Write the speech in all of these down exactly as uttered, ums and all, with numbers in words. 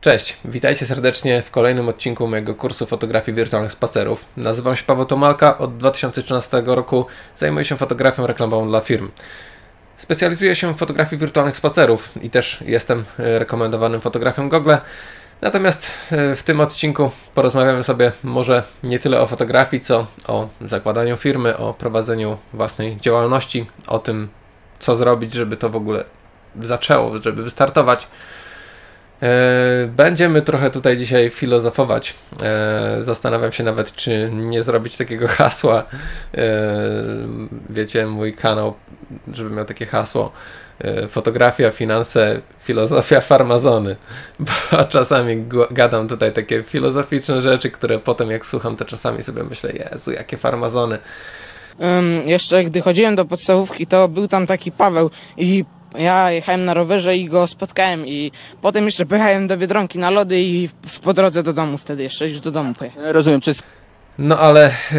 Cześć, witajcie serdecznie w kolejnym odcinku mojego kursu fotografii wirtualnych spacerów. Nazywam się Paweł Tomalka, od dwa tysiące trzynastego roku zajmuję się fotografią reklamową dla firm. Specjalizuję się w fotografii wirtualnych spacerów i też jestem rekomendowanym fotografem Google. Natomiast w tym odcinku porozmawiamy sobie może nie tyle o fotografii, co o zakładaniu firmy, o prowadzeniu własnej działalności, o tym, co zrobić, żeby to w ogóle zaczęło, żeby wystartować. Będziemy trochę tutaj dzisiaj filozofować. Zastanawiam się nawet, czy nie zrobić takiego hasła. Wiecie, mój kanał, żeby miał takie hasło: fotografia, finanse, filozofia, farmazony. Bo czasami gadam tutaj takie filozoficzne rzeczy, które potem jak słucham, to czasami sobie myślę: Jezu, jakie farmazony. Um, jeszcze gdy chodziłem do podstawówki, to był tam taki Paweł i ja jechałem na rowerze i go spotkałem i potem jeszcze pojechałem do Biedronki na lody i w, po drodze do domu wtedy jeszcze, już do domu pojechałem. Rozumiem, czy... No ale yy,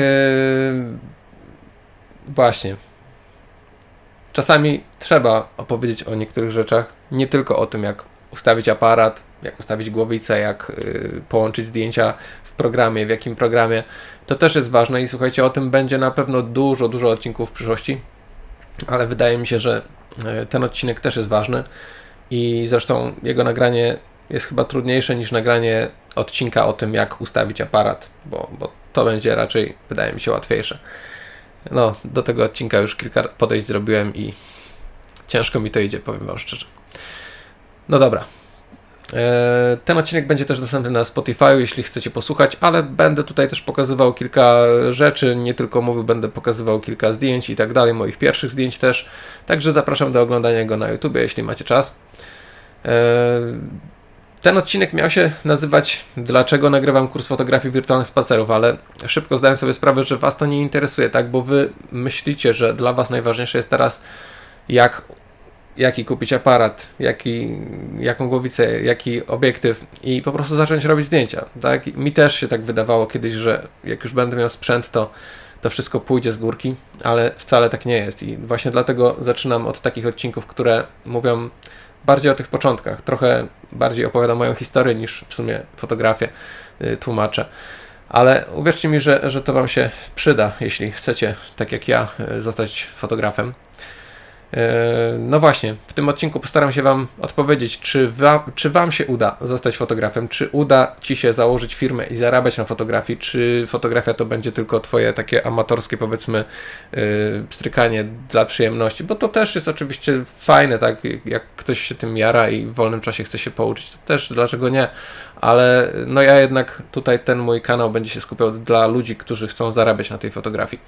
właśnie. Czasami trzeba opowiedzieć o niektórych rzeczach, nie tylko o tym, jak ustawić aparat, jak ustawić głowicę, jak yy, połączyć zdjęcia w programie, w jakim programie. To też jest ważne i słuchajcie, o tym będzie na pewno dużo, dużo odcinków w przyszłości, ale wydaje mi się, że ten odcinek też jest ważny i zresztą jego nagranie jest chyba trudniejsze niż nagranie odcinka o tym, jak ustawić aparat, bo, bo to będzie raczej, wydaje mi się, łatwiejsze. No, do tego odcinka już kilka podejść zrobiłem i ciężko mi to idzie, powiem wam szczerze. No dobra. Ten odcinek będzie też dostępny na Spotify, jeśli chcecie posłuchać, ale będę tutaj też pokazywał kilka rzeczy, nie tylko mówił, będę pokazywał kilka zdjęć i tak dalej, moich pierwszych zdjęć też, także zapraszam do oglądania go na YouTubie, jeśli macie czas. Ten odcinek miał się nazywać "Dlaczego nagrywam kurs fotografii wirtualnych spacerów", ale szybko zdałem sobie sprawę, że was to nie interesuje, tak, bo wy myślicie, że dla was najważniejsze jest teraz, jak jaki kupić aparat, jaki, jaką głowicę, jaki obiektyw i po prostu zacząć robić zdjęcia. Tak? Mi też się tak wydawało kiedyś, że jak już będę miał sprzęt, to, to wszystko pójdzie z górki, ale wcale tak nie jest i właśnie dlatego zaczynam od takich odcinków, które mówią bardziej o tych początkach, trochę bardziej opowiadam moją historię niż w sumie fotografię yy, tłumaczę. Ale uwierzcie mi, że, że to wam się przyda, jeśli chcecie, tak jak ja, yy, zostać fotografem. No właśnie, w tym odcinku postaram się wam odpowiedzieć, czy wam, czy wam się uda zostać fotografem, czy uda ci się założyć firmę i zarabiać na fotografii, czy fotografia to będzie tylko twoje takie amatorskie, powiedzmy, yy, pstrykanie dla przyjemności, bo to też jest oczywiście fajne, tak, jak ktoś się tym jara i w wolnym czasie chce się pouczyć, to też, dlaczego nie, ale no ja jednak tutaj ten mój kanał będzie się skupiał dla ludzi, którzy chcą zarabiać na tej fotografii.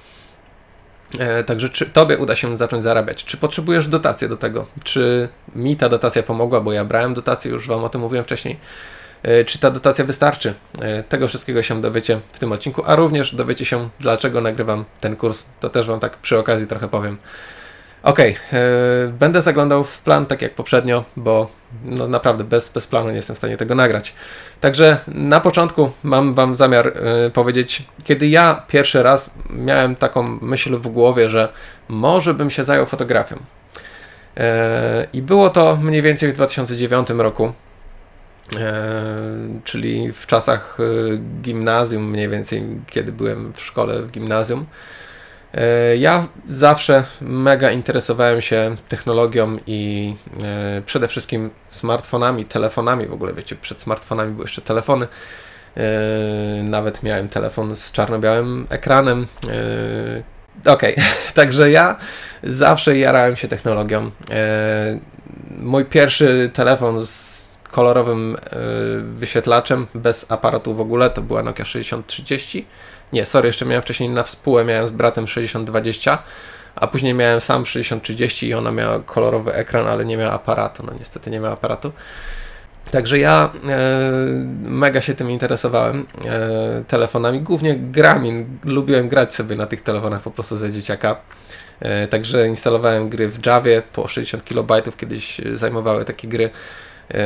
E, także czy tobie uda się zacząć zarabiać? Czy potrzebujesz dotacji do tego? Czy mi ta dotacja pomogła, bo ja brałem dotację, już wam o tym mówiłem wcześniej. E, czy ta dotacja wystarczy? E, tego wszystkiego się dowiecie w tym odcinku, a również dowiecie się, dlaczego nagrywam ten kurs. To też wam tak przy okazji trochę powiem. Okej, okay, będę zaglądał w plan tak jak poprzednio, bo no naprawdę bez, bez planu nie jestem w stanie tego nagrać. Także na początku mam wam zamiar y, powiedzieć, kiedy ja pierwszy raz miałem taką myśl w głowie, że może bym się zajął fotografią. Y, I było to mniej więcej w dwa tysiące dziewiątym roku, y, czyli w czasach y, gimnazjum, mniej więcej kiedy byłem w szkole w gimnazjum. Ja zawsze mega interesowałem się technologią i e, przede wszystkim smartfonami, telefonami w ogóle, wiecie, przed smartfonami były jeszcze telefony, e, nawet miałem telefon z czarno-białym ekranem. E, Okej, okay. Także ja zawsze jarałem się technologią. E, mój pierwszy telefon z kolorowym e, wyświetlaczem, bez aparatu w ogóle, to była Nokia sześćdziesiąt trzydzieści. Nie, sorry, jeszcze miałem wcześniej na współę, miałem z bratem sześćdziesiąt dwadzieścia, a później miałem sam sześćdziesiąt trzydzieści i ona miała kolorowy ekran, ale nie miała aparatu, no niestety nie miała aparatu. Także ja e, mega się tym interesowałem, e, telefonami, głównie grami, lubiłem grać sobie na tych telefonach po prostu za dzieciaka. E, także instalowałem gry w Javie, po sześćdziesiąt kilobajtów kiedyś zajmowały takie gry. E,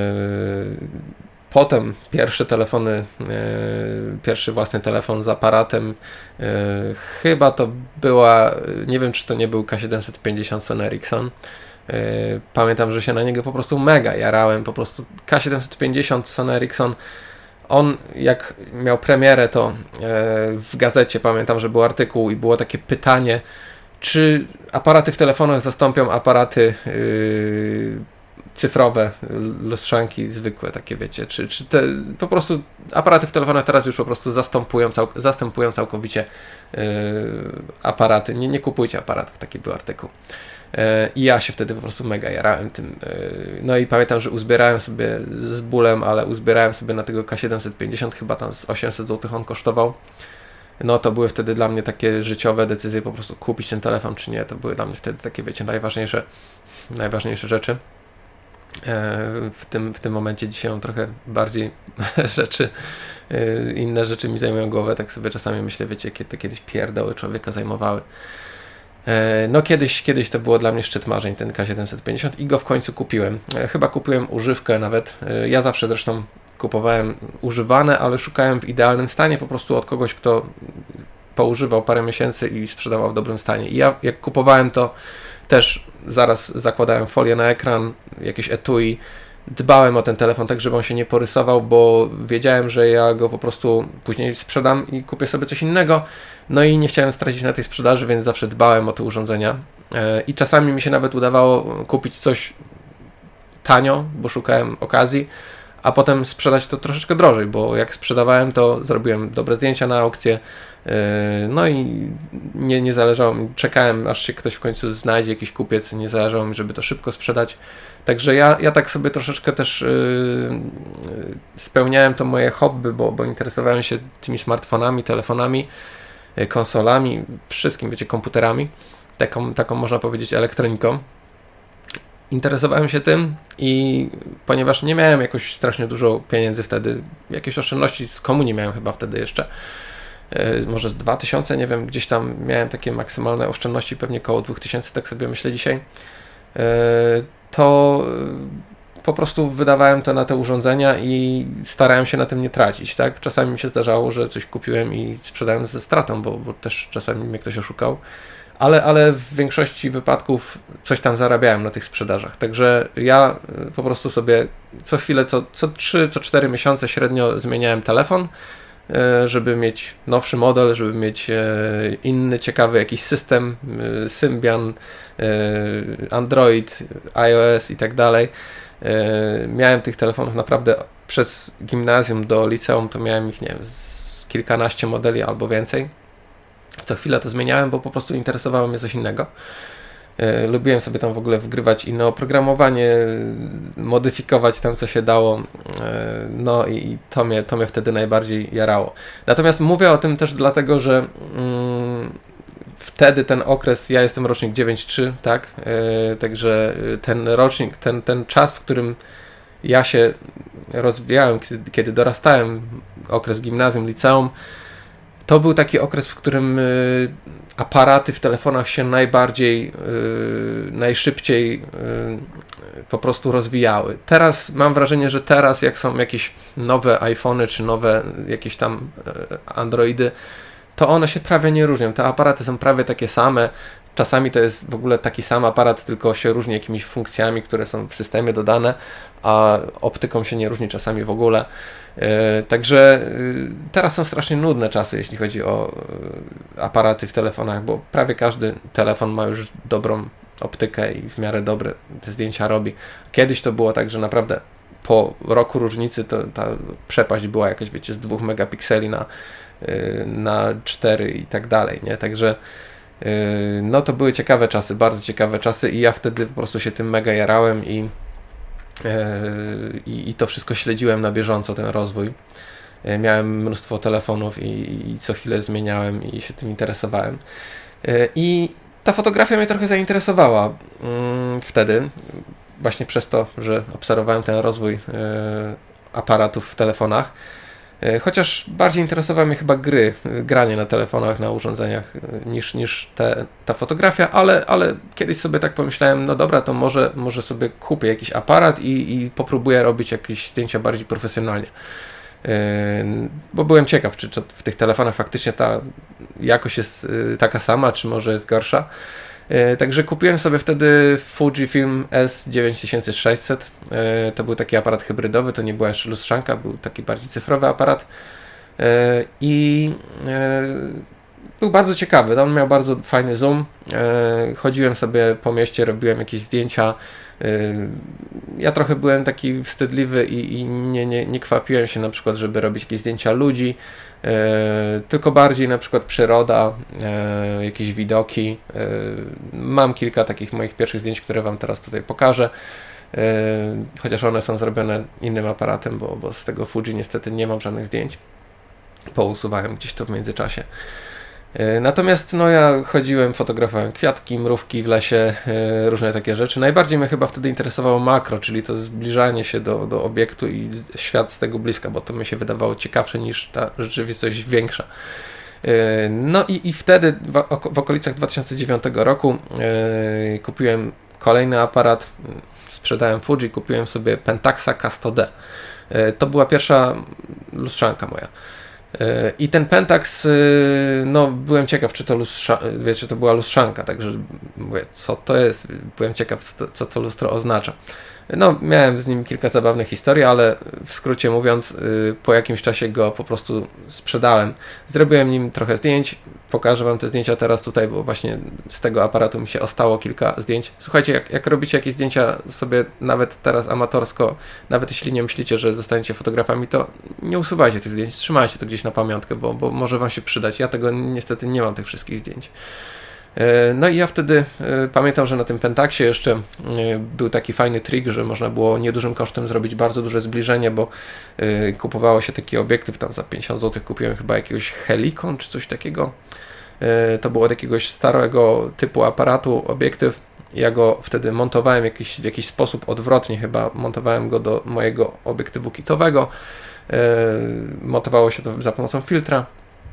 Potem pierwsze telefony, e, pierwszy własny telefon z aparatem, e, chyba to była, nie wiem czy to nie był K siedemset pięćdziesiąt Sony Ericsson, Pamiętam, że się na niego po prostu mega jarałem, po prostu K siedemset pięćdziesiąt Sony Ericsson. On jak miał premierę, to w gazecie pamiętam, że był artykuł i było takie pytanie, czy aparaty w telefonach zastąpią aparaty yy, cyfrowe, lustrzanki zwykłe, takie wiecie, czy, czy te po prostu aparaty w telefonach teraz już po prostu zastępują, cał, zastępują całkowicie yy, aparaty. Nie, nie kupujcie aparatów, taki był artykuł. I ja się wtedy po prostu mega jarałem tym. No i pamiętam, że uzbierałem sobie z bólem, ale uzbierałem sobie na tego K siedemset pięćdziesiąt, chyba tam z osiemset złotych on kosztował. No to były wtedy dla mnie takie życiowe decyzje, po prostu kupić ten telefon czy nie. To były dla mnie wtedy takie, wiecie, najważniejsze, najważniejsze rzeczy. W tym, w tym momencie dzisiaj mam trochę bardziej rzeczy, inne rzeczy mi zajmują głowę, tak sobie czasami myślę, wiecie, kiedy kiedyś pierdoły człowieka zajmowały. No kiedyś, kiedyś to było dla mnie szczyt marzeń, ten K siedemset pięćdziesiąt i go w końcu kupiłem. Chyba kupiłem używkę nawet. Ja zawsze zresztą kupowałem używane, ale szukałem w idealnym stanie po prostu od kogoś, kto poużywał parę miesięcy i sprzedawał w dobrym stanie. I ja jak kupowałem to też zaraz zakładałem folię na ekran, jakieś etui, dbałem o ten telefon tak, żeby on się nie porysował, bo wiedziałem, że ja go po prostu później sprzedam i kupię sobie coś innego. No i nie chciałem stracić na tej sprzedaży, więc zawsze dbałem o te urządzenia. I czasami mi się nawet udawało kupić coś tanio, bo szukałem okazji, a potem sprzedać to troszeczkę drożej, bo jak sprzedawałem, to zrobiłem dobre zdjęcia na aukcję, no i nie, nie zależało mi, czekałem aż się ktoś w końcu znajdzie, jakiś kupiec, nie zależało mi, żeby to szybko sprzedać. Także ja, ja tak sobie troszeczkę też yy, spełniałem to moje hobby, bo, bo interesowałem się tymi smartfonami, telefonami, yy, konsolami, wszystkim, wiecie, komputerami, taką, taką można powiedzieć elektroniką. Interesowałem się tym i ponieważ nie miałem jakoś strasznie dużo pieniędzy wtedy, jakieś oszczędności z komunii miałem chyba wtedy jeszcze, yy, może z dwa tysiące, nie wiem, gdzieś tam miałem takie maksymalne oszczędności, pewnie koło dwa tysiące, tak sobie myślę dzisiaj. Yy, to po prostu wydawałem to na te urządzenia i starałem się na tym nie tracić, tak? Czasami mi się zdarzało, że coś kupiłem i sprzedałem ze stratą, bo, bo też czasami mnie ktoś oszukał, ale, ale w większości wypadków coś tam zarabiałem na tych sprzedażach, także ja po prostu sobie co chwilę, co, co trzy, co cztery miesiące średnio zmieniałem telefon, żeby mieć nowszy model, żeby mieć inny, ciekawy jakiś system, Symbian, Android, iOS i tak dalej. Miałem tych telefonów naprawdę przez gimnazjum do liceum, to miałem ich, nie wiem, z kilkanaście modeli albo więcej. Co chwilę to zmieniałem, bo po prostu interesowało mnie coś innego. Lubiłem sobie tam w ogóle wgrywać inne oprogramowanie, modyfikować tam co się dało, no i to mnie, to mnie wtedy najbardziej jarało. Natomiast mówię o tym też dlatego, że mm, wtedy ten okres, ja jestem rocznik dziewięć trzy, tak, yy, także ten rocznik, ten, ten czas, w którym ja się rozwijałem, kiedy, kiedy dorastałem, okres gimnazjum, liceum, to był taki okres, w którym y, aparaty w telefonach się najbardziej, y, najszybciej y, po prostu rozwijały. Teraz mam wrażenie, że teraz jak są jakieś nowe iPhony czy nowe jakieś tam y, Androidy, to one się prawie nie różnią. Te aparaty są prawie takie same. Czasami to jest w ogóle taki sam aparat, tylko się różni jakimiś funkcjami, które są w systemie dodane, a optyką się nie różni czasami w ogóle. Yy, także yy, teraz są strasznie nudne czasy, jeśli chodzi o yy, aparaty w telefonach, bo prawie każdy telefon ma już dobrą optykę i w miarę dobre te zdjęcia robi. Kiedyś to było tak, że naprawdę po roku różnicy to ta przepaść była jakaś, wiecie, z dwóch megapikseli na, yy, na cztery i tak dalej, nie? Także yy, no to były ciekawe czasy, bardzo ciekawe czasy i ja wtedy po prostu się tym mega jarałem i I, i to wszystko śledziłem na bieżąco, ten rozwój. Miałem mnóstwo telefonów i, i co chwilę zmieniałem i się tym interesowałem. I ta fotografia mnie trochę zainteresowała mm, wtedy, właśnie przez to, że obserwowałem ten rozwój y, aparatów w telefonach. Chociaż bardziej interesowały mnie chyba gry, granie na telefonach, na urządzeniach niż, niż te, ta fotografia, ale, ale kiedyś sobie tak pomyślałem, no dobra, to może, może sobie kupię jakiś aparat i, i popróbuję robić jakieś zdjęcia bardziej profesjonalnie. Yy, bo byłem ciekaw, czy, czy w tych telefonach faktycznie ta jakość jest yy, taka sama, czy może jest gorsza. Także kupiłem sobie wtedy Fujifilm S dziewięć tysięcy sześćset. To był taki aparat hybrydowy, to nie była jeszcze lustrzanka, był taki bardziej cyfrowy aparat. I był bardzo ciekawy, on miał bardzo fajny zoom. Chodziłem sobie po mieście, robiłem jakieś zdjęcia. Ja trochę byłem taki wstydliwy i, i nie, nie, nie kwapiłem się na przykład, żeby robić jakieś zdjęcia ludzi, tylko bardziej na przykład przyroda, jakieś widoki. Mam kilka takich moich pierwszych zdjęć, które Wam teraz tutaj pokażę, chociaż one są zrobione innym aparatem, bo, bo z tego Fuji niestety nie mam żadnych zdjęć. Pousuwałem gdzieś to w międzyczasie. Natomiast no ja chodziłem, fotografowałem kwiatki, mrówki w lesie, różne takie rzeczy. Najbardziej mnie chyba wtedy interesowało makro, czyli to zbliżanie się do, do obiektu i świat z tego bliska, bo to mi się wydawało ciekawsze niż ta rzeczywistość większa. No i, i wtedy w, w okolicach dwa tysiące dziewiątego roku kupiłem kolejny aparat, sprzedałem Fuji, kupiłem sobie Pentaxa K sto D. To była pierwsza lustrzanka moja. I ten Pentax, no byłem ciekaw, czy to, lustrza, wie, czy to była lustrzanka, także mówię, co to jest, byłem ciekaw, co to, co to lustro oznacza. No, miałem z nim kilka zabawnych historii, ale w skrócie mówiąc, po jakimś czasie go po prostu sprzedałem. Zrobiłem nim trochę zdjęć, pokażę Wam te zdjęcia teraz tutaj, bo właśnie z tego aparatu mi się ostało kilka zdjęć. Słuchajcie, jak, jak robicie jakieś zdjęcia sobie nawet teraz amatorsko, nawet jeśli nie myślicie, że zostaniecie fotografami, to nie usuwajcie tych zdjęć, trzymajcie to gdzieś na pamiątkę, bo, bo może Wam się przydać. Ja tego niestety nie mam, tych wszystkich zdjęć. No i ja wtedy pamiętam, że na tym Pentaxie jeszcze był taki fajny trik, że można było niedużym kosztem zrobić bardzo duże zbliżenie, bo kupowało się taki obiektyw, tam za pięćdziesiąt złotych kupiłem chyba jakiegoś Helicon czy coś takiego. To było od jakiegoś starego typu aparatu obiektyw. Ja go wtedy montowałem jakiś, w jakiś sposób odwrotnie, chyba montowałem go do mojego obiektywu kitowego. Montowało się to za pomocą filtra.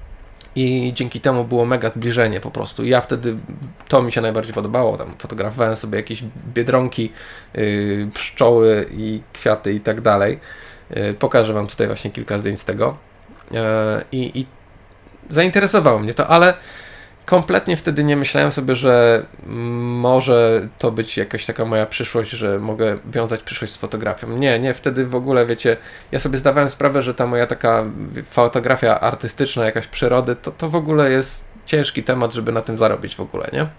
I dzięki temu było mega zbliżenie po prostu. Ja wtedy, to mi się najbardziej podobało, tam fotografowałem sobie jakieś biedronki, yy, pszczoły i kwiaty i tak dalej. Yy, pokażę Wam tutaj właśnie kilka zdjęć z tego. Yy, I zainteresowało mnie to, ale kompletnie wtedy nie myślałem sobie, że może to być jakaś taka moja przyszłość, że mogę wiązać przyszłość z fotografią. Nie, nie, wtedy w ogóle, wiecie, ja sobie zdawałem sprawę, że ta moja taka fotografia artystyczna, jakaś przyrody, to, to w ogóle jest ciężki temat, żeby na tym zarobić w ogóle, nie?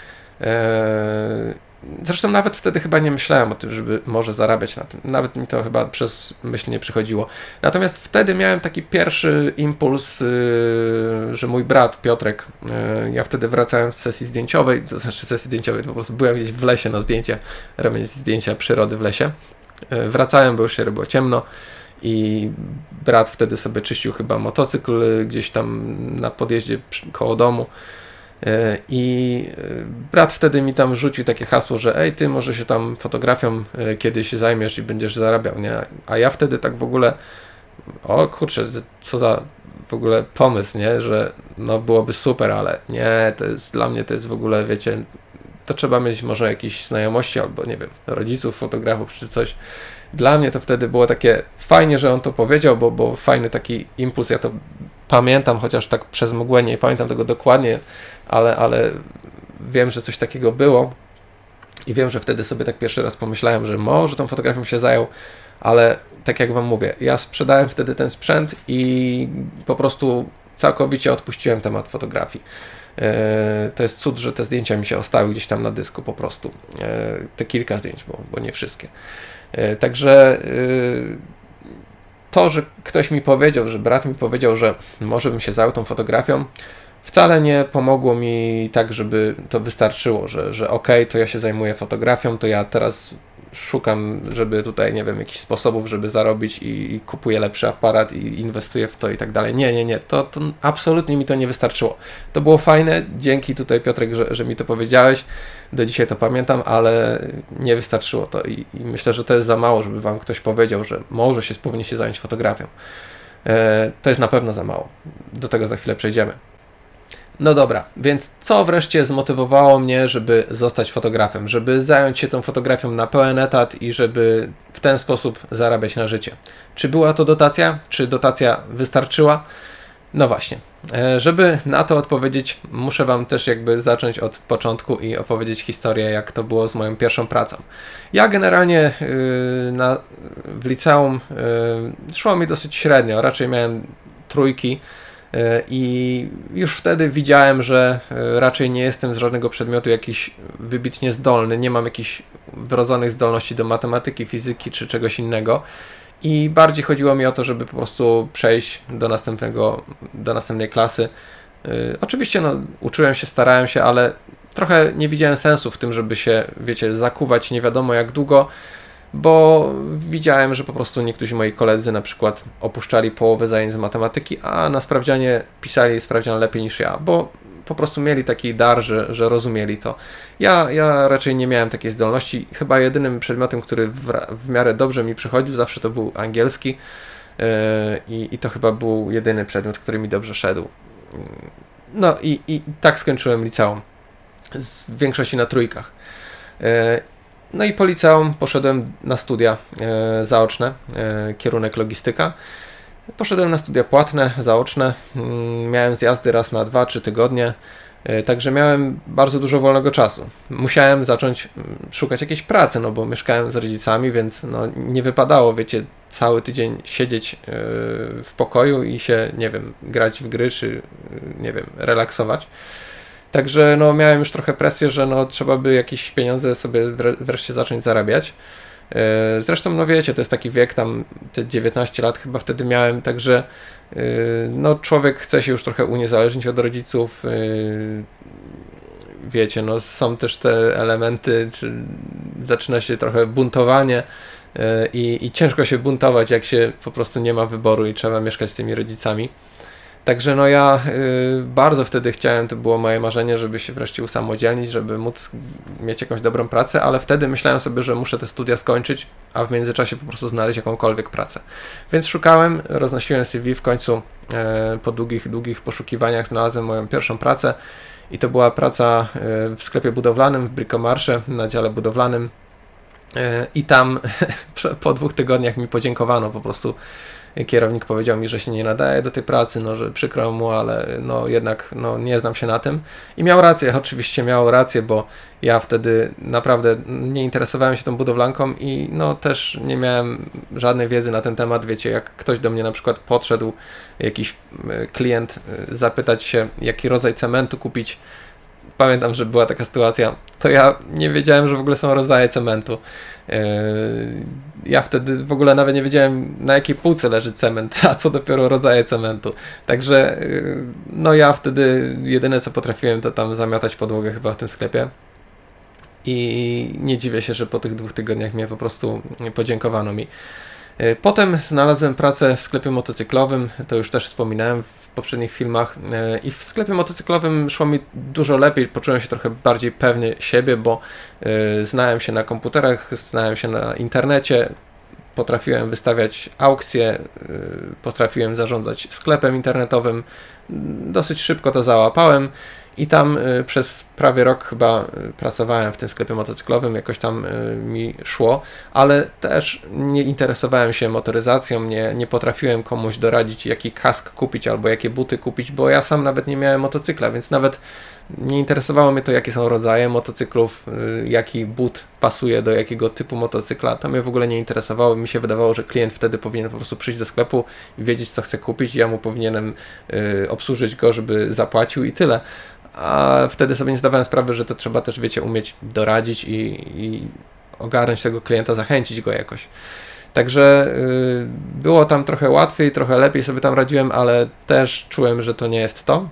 Eee, zresztą nawet wtedy chyba nie myślałem o tym, żeby może zarabiać na tym. Nawet mi to chyba przez myśl nie przychodziło. Natomiast wtedy miałem taki pierwszy impuls, yy, że mój brat Piotrek, yy, ja wtedy wracałem z sesji zdjęciowej, to znaczy sesji zdjęciowej, po prostu byłem gdzieś w lesie na zdjęcia, robiąc zdjęcia przyrody w lesie. Yy, wracałem, bo już się robiło ciemno i brat wtedy sobie czyścił chyba motocykl gdzieś tam na podjeździe koło domu. I brat wtedy mi tam rzucił takie hasło, że ej, ty może się tam fotografią kiedyś zajmiesz i będziesz zarabiał, nie? A ja wtedy tak w ogóle, o kurczę, co za w ogóle pomysł, nie? Że no byłoby super, ale nie, to jest dla mnie to jest w ogóle, wiecie, to trzeba mieć może jakieś znajomości albo nie wiem, rodziców, fotografów czy coś. Dla mnie to wtedy było takie fajnie, że on to powiedział, bo, bo fajny taki impuls, ja to pamiętam, chociaż tak przez mgłę nie pamiętam tego dokładnie, ale, ale wiem, że coś takiego było i wiem, że wtedy sobie tak pierwszy raz pomyślałem, że może tą fotografią się zajął, ale tak jak Wam mówię, ja sprzedałem wtedy ten sprzęt i po prostu całkowicie odpuściłem temat fotografii. To jest cud, że te zdjęcia mi się ostały gdzieś tam na dysku po prostu. Te kilka zdjęć, bo, bo nie wszystkie. Także to, że ktoś mi powiedział, że brat mi powiedział, że może bym się zajął tą fotografią, wcale nie pomogło mi tak, żeby to wystarczyło, że, że okej, okay, to ja się zajmuję fotografią, to ja teraz szukam, żeby tutaj, nie wiem, jakichś sposobów, żeby zarobić i, i kupuję lepszy aparat i inwestuję w to i tak dalej. Nie, nie, nie, to, to absolutnie mi to nie wystarczyło. To było fajne, dzięki tutaj Piotrek, że, że mi to powiedziałeś, do dzisiaj to pamiętam, ale nie wystarczyło to i, i myślę, że to jest za mało, żeby Wam ktoś powiedział, że może się powinien się zająć fotografią. E, to jest na pewno za mało. Do tego za chwilę przejdziemy. No dobra, więc co wreszcie zmotywowało mnie, żeby zostać fotografem, żeby zająć się tą fotografią na pełen etat i żeby w ten sposób zarabiać na życie? Czy była to dotacja? Czy dotacja wystarczyła? No właśnie, żeby na to odpowiedzieć, muszę wam też jakby zacząć od początku i opowiedzieć historię, jak to było z moją pierwszą pracą. Ja generalnie na, w liceum szło mi dosyć średnio, raczej miałem trójki i już wtedy widziałem, że raczej nie jestem z żadnego przedmiotu jakiś wybitnie zdolny, nie mam jakichś wrodzonych zdolności do matematyki, fizyki czy czegoś innego. I bardziej chodziło mi o to, żeby po prostu przejść do następnego, do następnej klasy. Yy, oczywiście no, uczyłem się, starałem się, ale trochę nie widziałem sensu w tym, żeby się, wiecie, zakuwać nie wiadomo jak długo, bo widziałem, że po prostu niektórzy moi koledzy na przykład opuszczali połowę zajęć z matematyki, a na sprawdzianie pisali sprawdzian lepiej niż ja, bo po prostu mieli taki dar, że, że rozumieli to. Ja, ja raczej nie miałem takiej zdolności. Chyba jedynym przedmiotem, który w, w miarę dobrze mi przychodził, zawsze to był angielski yy, i, i to chyba był jedyny przedmiot, który mi dobrze szedł. No i, i tak skończyłem liceum. Z, w większości na trójkach. Yy, no i po liceum poszedłem na studia yy, zaoczne, yy, kierunek logistyka. Poszedłem na studia płatne, zaoczne, miałem zjazdy raz na dwa trzy tygodnie, także miałem bardzo dużo wolnego czasu. Musiałem zacząć szukać jakiejś pracy, no bo mieszkałem z rodzicami, więc no nie wypadało, wiecie, cały tydzień siedzieć w pokoju i się, nie wiem, grać w gry, czy nie wiem, relaksować. Także no miałem już trochę presję, że no trzeba by jakieś pieniądze sobie wreszcie zacząć zarabiać. Zresztą, no wiecie, to jest taki wiek, tam te dziewiętnaście lat chyba wtedy miałem, także no człowiek chce się już trochę uniezależnić od rodziców, wiecie, no są też te elementy, czy zaczyna się trochę buntowanie i, i ciężko się buntować, jak się po prostu nie ma wyboru i trzeba mieszkać z tymi rodzicami. Także no ja y, bardzo wtedy chciałem, to było moje marzenie, żeby się wreszcie usamodzielnić, żeby móc mieć jakąś dobrą pracę, ale wtedy myślałem sobie, że muszę te studia skończyć, a w międzyczasie po prostu znaleźć jakąkolwiek pracę. Więc szukałem, roznosiłem C V, w końcu y, po długich, długich poszukiwaniach znalazłem moją pierwszą pracę i to była praca y, w sklepie budowlanym, w Bricomarché, na dziale budowlanym y, i tam po dwóch tygodniach mi podziękowano po prostu. Kierownik powiedział mi, że się nie nadaje do tej pracy, no, że przykro mu, ale no, jednak no, nie znam się na tym. I miał rację, oczywiście miał rację, bo ja wtedy naprawdę nie interesowałem się tą budowlanką i no, też nie miałem żadnej wiedzy na ten temat. Wiecie, jak ktoś do mnie na przykład podszedł, jakiś klient, zapytać się, jaki rodzaj cementu kupić. Pamiętam, że była taka sytuacja, to ja nie wiedziałem, że w ogóle są rodzaje cementu. Ja wtedy w ogóle nawet nie wiedziałem, na jakiej półce leży cement, a co dopiero rodzaje cementu. Także no ja wtedy jedyne co potrafiłem, to tam zamiatać podłogę chyba w tym sklepie. I nie dziwię się, że po tych dwóch tygodniach mnie po prostu podziękowano mi. Potem znalazłem pracę w sklepie motocyklowym, to już też wspominałem w poprzednich filmach, i w sklepie motocyklowym szło mi dużo lepiej, poczułem się trochę bardziej pewny siebie, bo znałem się na komputerach, znałem się na internecie, potrafiłem wystawiać aukcje, potrafiłem zarządzać sklepem internetowym, dosyć szybko to załapałem. I tam y, przez prawie rok chyba y, pracowałem w tym sklepie motocyklowym, jakoś tam y, mi szło, ale też nie interesowałem się motoryzacją, nie, nie potrafiłem komuś doradzić, jaki kask kupić albo jakie buty kupić, bo ja sam nawet nie miałem motocykla, więc nawet nie interesowało mnie to, jakie są rodzaje motocyklów, y, jaki but pasuje do jakiego typu motocykla, to mnie w ogóle nie interesowało. Mi się wydawało, że klient wtedy powinien po prostu przyjść do sklepu i wiedzieć, co chce kupić, ja mu powinienem y, obsłużyć go, żeby zapłacił i tyle. A wtedy sobie nie zdawałem sprawy, że to trzeba też, wiecie, umieć doradzić i, i ogarnąć tego klienta, zachęcić go jakoś. Także y, było tam trochę łatwiej, trochę lepiej sobie tam radziłem, ale też czułem, że to nie jest to.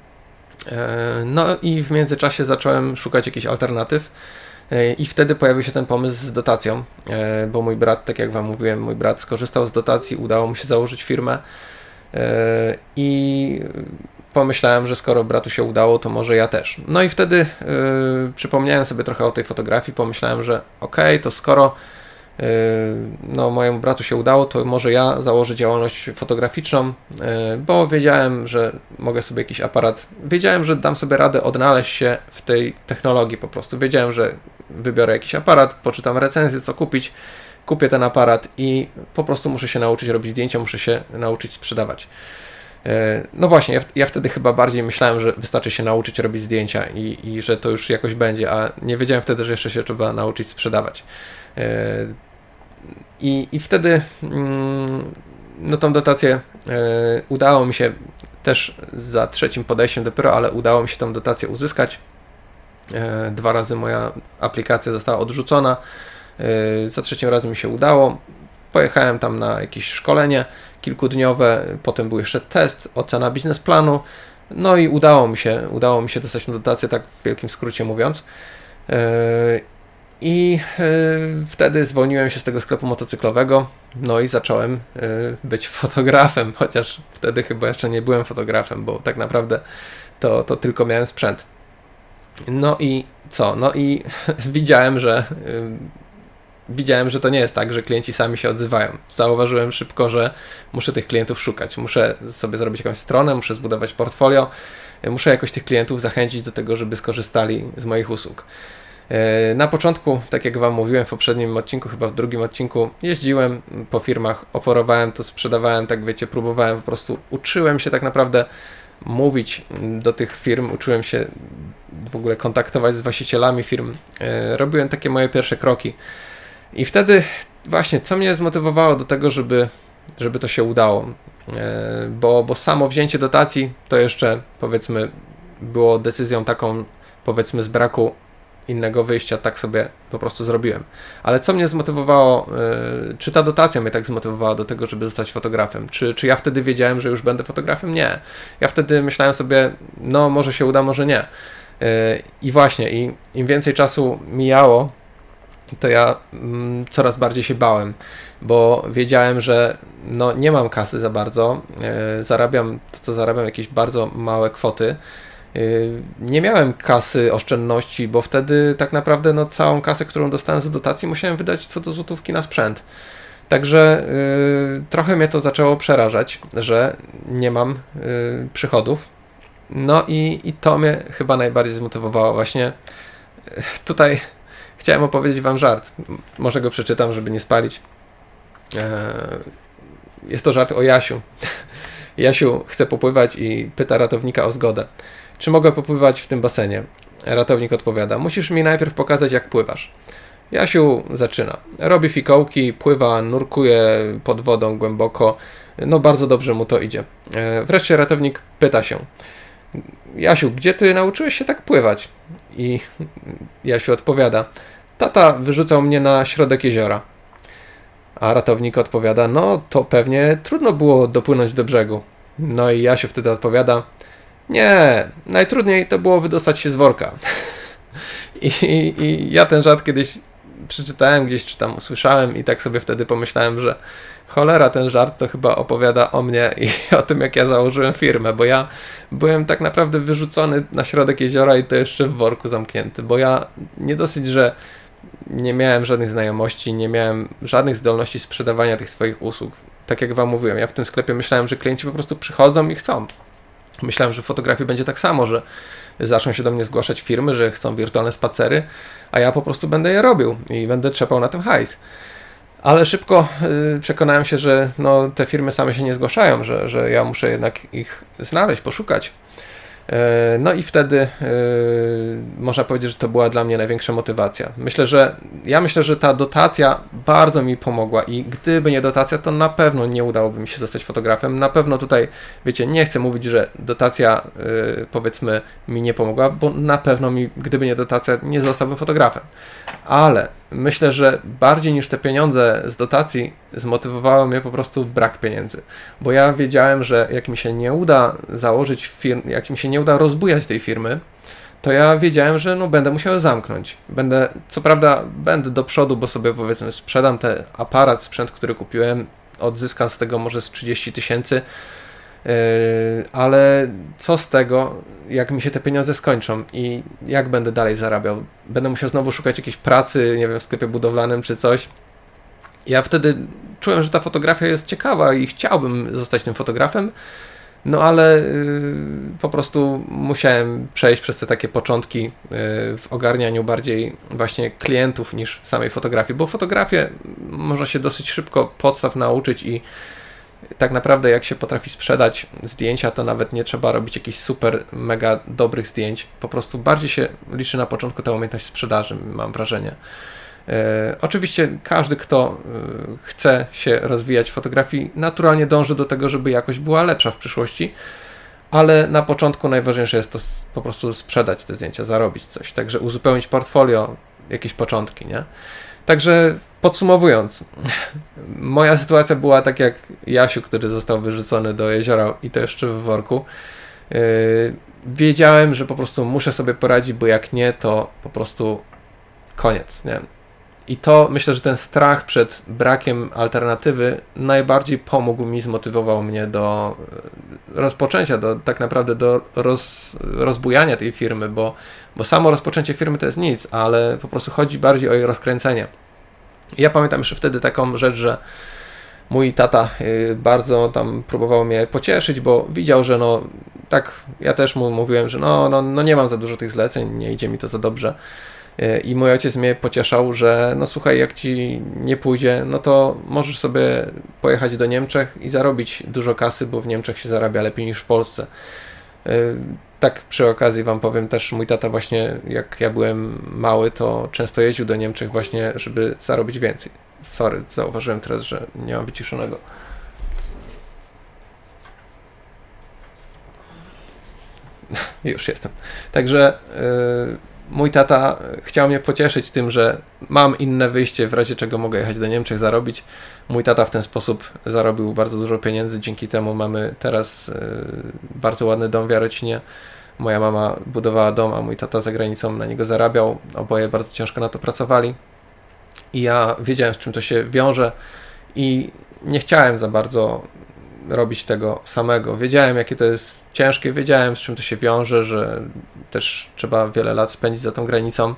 E, no i w międzyczasie zacząłem szukać jakichś alternatyw e, i wtedy pojawił się ten pomysł z dotacją, e, bo mój brat, tak jak wam mówiłem, mój brat skorzystał z dotacji, udało mu się założyć firmę e, i pomyślałem, że skoro bratu się udało, to może ja też. No i wtedy yy, przypomniałem sobie trochę o tej fotografii, pomyślałem, że okej, okay, to skoro yy, no, mojemu bratu się udało, to może ja założę działalność fotograficzną, yy, bo wiedziałem, że mogę sobie jakiś aparat, wiedziałem, że dam sobie radę odnaleźć się w tej technologii po prostu. Wiedziałem, że wybiorę jakiś aparat, poczytam recenzję, co kupić, kupię ten aparat i po prostu muszę się nauczyć robić zdjęcia, muszę się nauczyć sprzedawać. No właśnie, ja, ja wtedy chyba bardziej myślałem, że wystarczy się nauczyć robić zdjęcia i, i że to już jakoś będzie, a nie wiedziałem wtedy, że jeszcze się trzeba nauczyć sprzedawać. I, i wtedy no tą dotację udało mi się też za trzecim podejściem dopiero, ale udało mi się tą dotację uzyskać. Dwa razy moja aplikacja została odrzucona, za trzecim razem mi się udało. Pojechałem tam na jakieś szkolenie kilkudniowe, potem był jeszcze test, ocena biznesplanu, no i udało mi się, udało mi się dostać na dotację, tak w wielkim skrócie mówiąc. I wtedy zwolniłem się z tego sklepu motocyklowego, no i zacząłem być fotografem, chociaż wtedy chyba jeszcze nie byłem fotografem, bo tak naprawdę to, to tylko miałem sprzęt. No i co? No i widziałem, że widziałem, że to nie jest tak, że klienci sami się odzywają. Zauważyłem szybko, że muszę tych klientów szukać. Muszę sobie zrobić jakąś stronę, muszę zbudować portfolio, muszę jakoś tych klientów zachęcić do tego, żeby skorzystali z moich usług. Na początku, tak jak Wam mówiłem w poprzednim odcinku, chyba w drugim odcinku, jeździłem po firmach, oferowałem to, sprzedawałem, tak wiecie, próbowałem, po prostu uczyłem się tak naprawdę mówić do tych firm, uczyłem się w ogóle kontaktować z właścicielami firm. Robiłem takie moje pierwsze kroki. I wtedy właśnie, co mnie zmotywowało do tego, żeby, żeby to się udało, bo, bo samo wzięcie dotacji to jeszcze, powiedzmy, było decyzją taką, powiedzmy, z braku innego wyjścia, tak sobie po prostu zrobiłem. Ale co mnie zmotywowało, czy ta dotacja mnie tak zmotywowała do tego, żeby zostać fotografem? Czy, czy ja wtedy wiedziałem, że już będę fotografem? Nie. Ja wtedy myślałem sobie, no może się uda, może nie. I właśnie, i im więcej czasu mijało, to ja mm, coraz bardziej się bałem, bo wiedziałem, że no, nie mam kasy za bardzo, yy, zarabiam to, co zarabiam, jakieś bardzo małe kwoty. Yy, nie miałem kasy oszczędności, bo wtedy tak naprawdę no, całą kasę, którą dostałem z dotacji, musiałem wydać co do złotówki na sprzęt. Także yy, trochę mnie to zaczęło przerażać, że nie mam yy, przychodów. No i, i to mnie chyba najbardziej zmotywowało. Właśnie yy, tutaj chciałem opowiedzieć Wam żart. Może go przeczytam, żeby nie spalić. Jest to żart o Jasiu. Jasiu chce popływać i pyta ratownika o zgodę. Czy mogę popływać w tym basenie? Ratownik odpowiada. Musisz mi najpierw pokazać, jak pływasz. Jasiu zaczyna. Robi fikołki, pływa, nurkuje pod wodą głęboko. No bardzo dobrze mu to idzie. Wreszcie ratownik pyta się. Jasiu, gdzie ty nauczyłeś się tak pływać? I Jasiu odpowiada. Tata wyrzucał mnie na środek jeziora. A ratownik odpowiada, no to pewnie trudno było dopłynąć do brzegu. No i Jasiu wtedy odpowiada, nie, najtrudniej to było wydostać się z worka. I, i, I ja ten żart kiedyś przeczytałem, gdzieś czy tam usłyszałem i tak sobie wtedy pomyślałem, że cholera, ten żart to chyba opowiada o mnie i o tym, jak ja założyłem firmę, bo ja byłem tak naprawdę wyrzucony na środek jeziora i to jeszcze w worku zamknięty, bo ja nie dosyć, że nie miałem żadnych znajomości, nie miałem żadnych zdolności sprzedawania tych swoich usług. Tak jak Wam mówiłem, ja w tym sklepie myślałem, że klienci po prostu przychodzą i chcą. Myślałem, że w fotografii będzie tak samo, że zaczną się do mnie zgłaszać firmy, że chcą wirtualne spacery, a ja po prostu będę je robił i będę trzepał na tym hajs. Ale szybko yy, przekonałem się, że no, te firmy same się nie zgłaszają, że, że ja muszę jednak ich znaleźć, poszukać. No i wtedy yy, można powiedzieć, że to była dla mnie największa motywacja. Myślę, że ja myślę, że ta dotacja bardzo mi pomogła i gdyby nie dotacja, to na pewno nie udałoby mi się zostać fotografem. Na pewno tutaj, wiecie, nie chcę mówić, że dotacja yy, powiedzmy mi nie pomogła, bo na pewno mi, gdyby nie dotacja, nie zostałbym fotografem. Ale myślę, że bardziej niż te pieniądze z dotacji zmotywowało mnie po prostu brak pieniędzy. Bo ja wiedziałem, że jak mi się nie uda założyć firm, jak mi się nie uda rozbujać tej firmy, to ja wiedziałem, że no będę musiał zamknąć. Będę, co prawda będę do przodu, bo sobie powiedzmy sprzedam ten aparat, sprzęt, który kupiłem, odzyskam z tego może z trzydzieści tysięcy, yy, ale co z tego, jak mi się te pieniądze skończą i jak będę dalej zarabiał? Będę musiał znowu szukać jakiejś pracy, nie wiem, w sklepie budowlanym czy coś. Ja wtedy czułem, że ta fotografia jest ciekawa i chciałbym zostać tym fotografem, no ale yy, po prostu musiałem przejść przez te takie początki yy, w ogarnianiu bardziej właśnie klientów niż samej fotografii, bo fotografię można się dosyć szybko podstaw nauczyć i tak naprawdę jak się potrafi sprzedać zdjęcia, to nawet nie trzeba robić jakichś super, mega dobrych zdjęć. Po prostu bardziej się liczy na początku ta umiejętność sprzedaży, mam wrażenie. E, oczywiście każdy, kto e, chce się rozwijać w fotografii, naturalnie dąży do tego, żeby jakość była lepsza w przyszłości, ale na początku najważniejsze jest to po prostu sprzedać te zdjęcia, zarobić coś, także uzupełnić portfolio, jakieś początki, nie? Także podsumowując, moja sytuacja była tak jak Jasiu, który został wyrzucony do jeziora i to jeszcze w worku. Yy, wiedziałem, że po prostu muszę sobie poradzić, bo jak nie, to po prostu koniec, nie? I to myślę, że ten strach przed brakiem alternatywy najbardziej pomógł mi, zmotywował mnie do rozpoczęcia, do tak naprawdę do roz, rozbujania tej firmy, bo, bo samo rozpoczęcie firmy to jest nic, ale po prostu chodzi bardziej o jej rozkręcenie. I ja pamiętam jeszcze wtedy taką rzecz, że mój tata bardzo tam próbował mnie pocieszyć, bo widział, że no tak, ja też mu mówiłem, że no, no, no nie mam za dużo tych zleceń, nie idzie mi to za dobrze. I mój ojciec mnie pocieszał, że no słuchaj, jak ci nie pójdzie, no to możesz sobie pojechać do Niemczech i zarobić dużo kasy, bo w Niemczech się zarabia lepiej niż w Polsce. Tak przy okazji wam powiem też, mój tata właśnie, jak ja byłem mały, to często jeździł do Niemczech właśnie, żeby zarobić więcej. Sorry, zauważyłem teraz, że nie mam wyciszonego. Już jestem. Także yy, mój tata chciał mnie pocieszyć tym, że mam inne wyjście, w razie czego mogę jechać do Niemczech, zarobić. Mój tata w ten sposób zarobił bardzo dużo pieniędzy, dzięki temu mamy teraz yy, bardzo ładny dom w Jarocinie. Moja mama budowała dom, a mój tata za granicą na niego zarabiał. Oboje bardzo ciężko na to pracowali. I ja wiedziałem, z czym to się wiąże i nie chciałem za bardzo robić tego samego. Wiedziałem, jakie to jest ciężkie, wiedziałem, z czym to się wiąże, że też trzeba wiele lat spędzić za tą granicą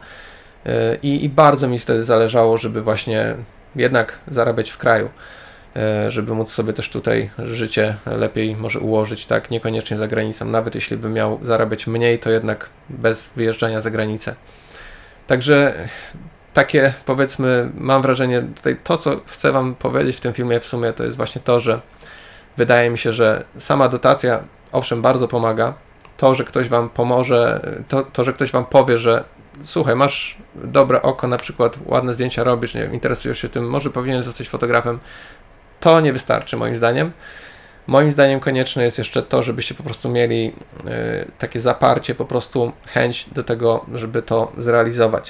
i, i bardzo mi wtedy zależało, żeby właśnie jednak zarabiać w kraju, żeby móc sobie też tutaj życie lepiej może ułożyć, tak, niekoniecznie za granicą. Nawet jeśli bym miał zarabiać mniej, to jednak bez wyjeżdżania za granicę. Także takie, powiedzmy, mam wrażenie, tutaj to, co chcę wam powiedzieć w tym filmie w sumie, to jest właśnie to, że wydaje mi się, że sama dotacja, owszem, bardzo pomaga. To, że ktoś wam pomoże, to, to że ktoś wam powie, że słuchaj, masz dobre oko, na przykład ładne zdjęcia robisz, nie wiem, interesujesz się tym, może powinieneś zostać fotografem, to nie wystarczy moim zdaniem. Moim zdaniem konieczne jest jeszcze to, żebyście po prostu mieli y, takie zaparcie, po prostu chęć do tego, żeby to zrealizować.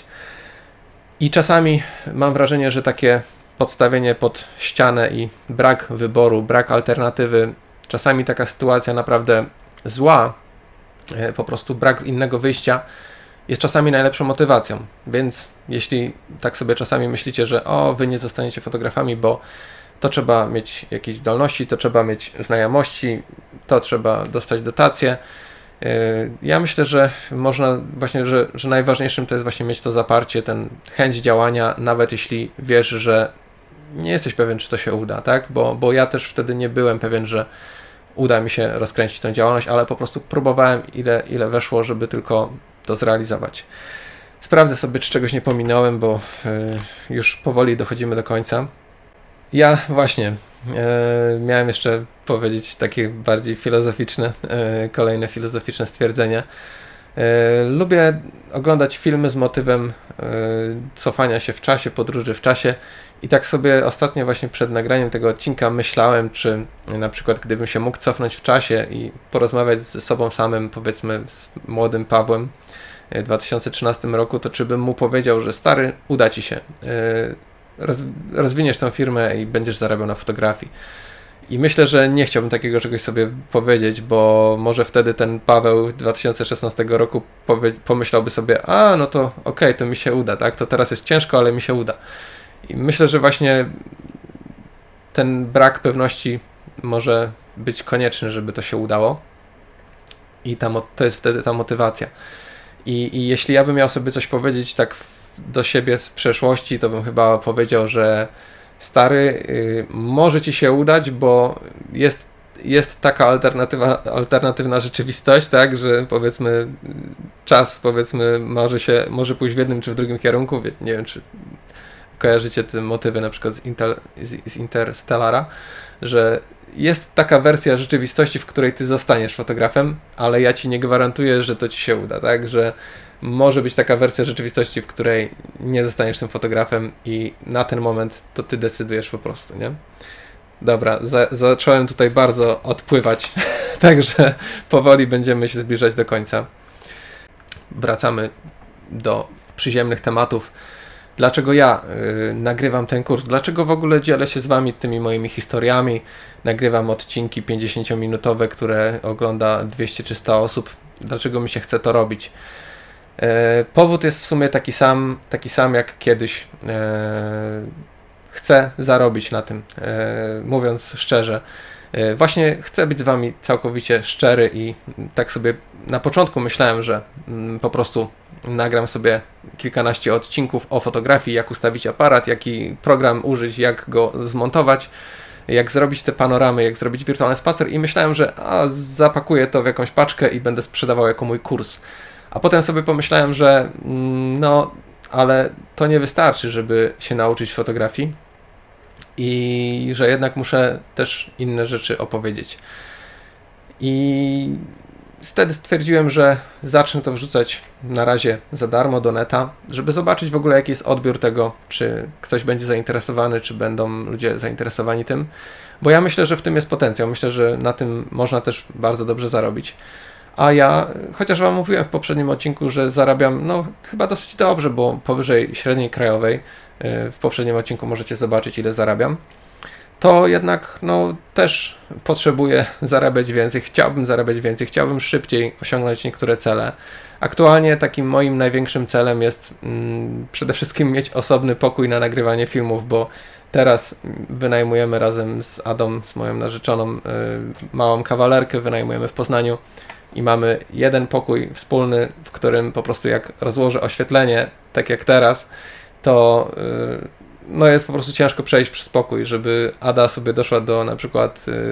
I czasami mam wrażenie, że takie podstawienie pod ścianę i brak wyboru, brak alternatywy, czasami taka sytuacja naprawdę zła, po prostu brak innego wyjścia jest czasami najlepszą motywacją. Więc jeśli tak sobie czasami myślicie, że o, wy nie zostaniecie fotografami, bo to trzeba mieć jakieś zdolności, to trzeba mieć znajomości, to trzeba dostać dotację. Ja myślę, że można właśnie, że, że najważniejszym to jest właśnie mieć to zaparcie, ten chęć działania, nawet jeśli wiesz, że nie jesteś pewien, czy to się uda, tak? Bo, bo ja też wtedy nie byłem pewien, że uda mi się rozkręcić tę działalność, ale po prostu próbowałem ile, ile weszło, żeby tylko to zrealizować. Sprawdzę sobie, czy czegoś nie pominąłem, bo yy, już powoli dochodzimy do końca. Ja właśnie yy, miałem jeszcze powiedzieć takie bardziej filozoficzne, yy, kolejne filozoficzne stwierdzenie. Yy, lubię oglądać filmy z motywem yy, cofania się w czasie, podróży w czasie i tak sobie ostatnio właśnie przed nagraniem tego odcinka myślałem, czy na przykład gdybym się mógł cofnąć w czasie i porozmawiać ze sobą samym, powiedzmy z młodym Pawłem w dwa tysiące trzynastym roku, to czy bym mu powiedział, że stary, uda ci się, roz, rozwiniesz tą firmę i będziesz zarabiał na fotografii. I myślę, że nie chciałbym takiego czegoś sobie powiedzieć, bo może wtedy ten Paweł dwa tysiące szesnastego roku powie, pomyślałby sobie, a no to okej, okay, to mi się uda, tak? To teraz jest ciężko, ale mi się uda. I myślę, że właśnie ten brak pewności może być konieczny, żeby to się udało. I ta, to jest wtedy ta motywacja. I, I jeśli ja bym miał sobie coś powiedzieć tak do siebie z przeszłości, to bym chyba powiedział, że stary, yy, może ci się udać, bo jest, jest taka alternatywa, alternatywna rzeczywistość, tak, że powiedzmy czas powiedzmy może się, może pójść w jednym czy w drugim kierunku, nie wiem, czy kojarzycie te motywy na przykład z, Intel, z, z Interstellara, że jest taka wersja rzeczywistości, w której ty zostaniesz fotografem, ale ja ci nie gwarantuję, że to ci się uda, tak? Że może być taka wersja rzeczywistości, w której nie zostaniesz tym fotografem i na ten moment to ty decydujesz po prostu, nie? Dobra, za, zacząłem tutaj bardzo odpływać, także powoli będziemy się zbliżać do końca. Wracamy do przyziemnych tematów. Dlaczego ja y, nagrywam ten kurs? Dlaczego w ogóle dzielę się z wami tymi moimi historiami? Nagrywam odcinki pięćdziesięciominutowe, które ogląda dwieście trzysta osób. Dlaczego mi się chce to robić? Y, powód jest w sumie taki sam, taki sam jak kiedyś. Y, chcę zarobić na tym, y, mówiąc szczerze. Y, właśnie chcę być z wami całkowicie szczery i tak sobie na początku myślałem, że y, po prostu nagram sobie kilkanaście odcinków o fotografii, jak ustawić aparat, jaki program użyć, jak go zmontować, jak zrobić te panoramy, jak zrobić wirtualny spacer i myślałem, że a, zapakuję to w jakąś paczkę i będę sprzedawał jako mój kurs. A potem sobie pomyślałem, że no, ale to nie wystarczy, żeby się nauczyć fotografii i że jednak muszę też inne rzeczy opowiedzieć. I wtedy stwierdziłem, że zacznę to wrzucać na razie za darmo do neta, żeby zobaczyć w ogóle jaki jest odbiór tego, czy ktoś będzie zainteresowany, czy będą ludzie zainteresowani tym, bo ja myślę, że w tym jest potencjał, myślę, że na tym można też bardzo dobrze zarobić. A ja, chociaż wam mówiłem w poprzednim odcinku, że zarabiam no chyba dosyć dobrze, bo powyżej średniej krajowej, w poprzednim odcinku możecie zobaczyć ile zarabiam, to jednak no, też potrzebuję zarabiać więcej, chciałbym zarabiać więcej, chciałbym szybciej osiągnąć niektóre cele. Aktualnie takim moim największym celem jest mm, przede wszystkim mieć osobny pokój na nagrywanie filmów, bo teraz wynajmujemy razem z Adą, z moją narzeczoną, y, małą kawalerkę, wynajmujemy w Poznaniu i mamy jeden pokój wspólny, w którym po prostu jak rozłożę oświetlenie, tak jak teraz, to y, no jest po prostu ciężko przejść przez pokój, żeby Ada sobie doszła do na przykład yy,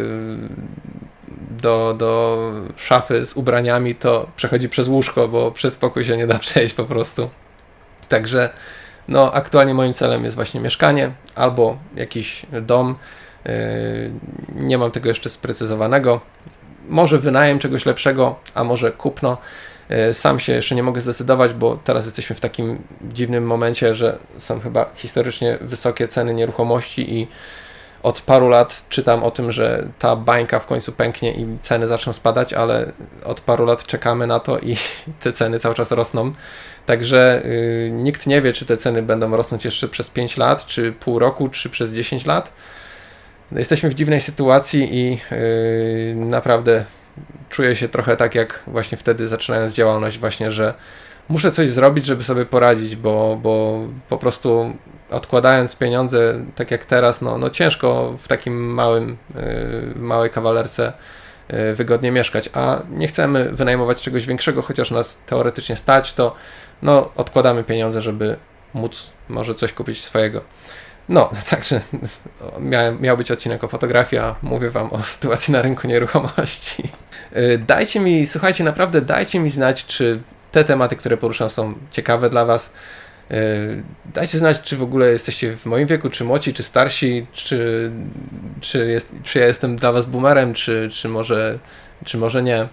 do, do szafy z ubraniami, to przechodzi przez łóżko, bo przez pokój się nie da przejść po prostu. Także no aktualnie moim celem jest właśnie mieszkanie albo jakiś dom. Yy, nie mam tego jeszcze sprecyzowanego. Może wynajem czegoś lepszego, a może kupno. Sam się jeszcze nie mogę zdecydować, bo teraz jesteśmy w takim dziwnym momencie, że są chyba historycznie wysokie ceny nieruchomości i od paru lat czytam o tym, że ta bańka w końcu pęknie i ceny zaczną spadać, ale od paru lat czekamy na to i te ceny cały czas rosną. Także yy, nikt nie wie, czy te ceny będą rosnąć jeszcze przez pięć lat, czy pół roku, czy przez dziesięć lat. Jesteśmy w dziwnej sytuacji i yy, naprawdę czuję się trochę tak jak właśnie wtedy zaczynając działalność właśnie, że muszę coś zrobić, żeby sobie poradzić, bo, bo po prostu odkładając pieniądze tak jak teraz, no, no ciężko w takim małym, yy, małej kawalerce yy, wygodnie mieszkać, a nie chcemy wynajmować czegoś większego, chociaż nas teoretycznie stać, to no, odkładamy pieniądze, żeby móc może coś kupić swojego. No, także miał, miał być odcinek o fotografii, a mówię wam o sytuacji na rynku nieruchomości. Dajcie mi, słuchajcie, naprawdę dajcie mi znać, czy te tematy, które poruszam, są ciekawe dla was. Dajcie znać, czy w ogóle jesteście w moim wieku, czy młodsi, czy starsi, czy, czy, jest, czy ja jestem dla was boomerem, czy, czy, może, czy może nie.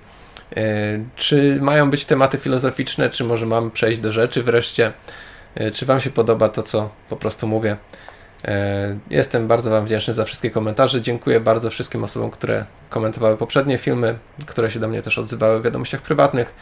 Czy mają być tematy filozoficzne, czy może mam przejść do rzeczy wreszcie. Czy wam się podoba to, co po prostu mówię. Jestem bardzo wam wdzięczny za wszystkie komentarze. Dziękuję bardzo wszystkim osobom, które komentowały poprzednie filmy, które się do mnie też odzywały w wiadomościach prywatnych.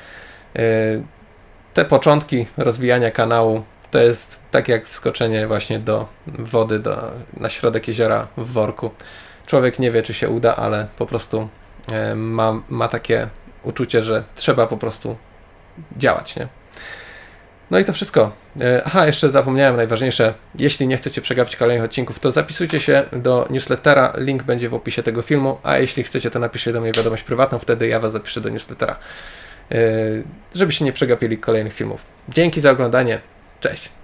Te początki rozwijania kanału to jest tak jak wskoczenie właśnie do wody, do, na środek jeziora w worku. Człowiek nie wie, czy się uda, ale po prostu ma, ma takie uczucie, że trzeba po prostu działać, nie? No i to wszystko. Aha, jeszcze zapomniałem najważniejsze. Jeśli nie chcecie przegapić kolejnych odcinków, to zapisujcie się do newslettera. Link będzie w opisie tego filmu, a jeśli chcecie, to napiszcie do mnie wiadomość prywatną, wtedy ja was zapiszę do newslettera, żebyście nie przegapili kolejnych filmów. Dzięki za oglądanie. Cześć!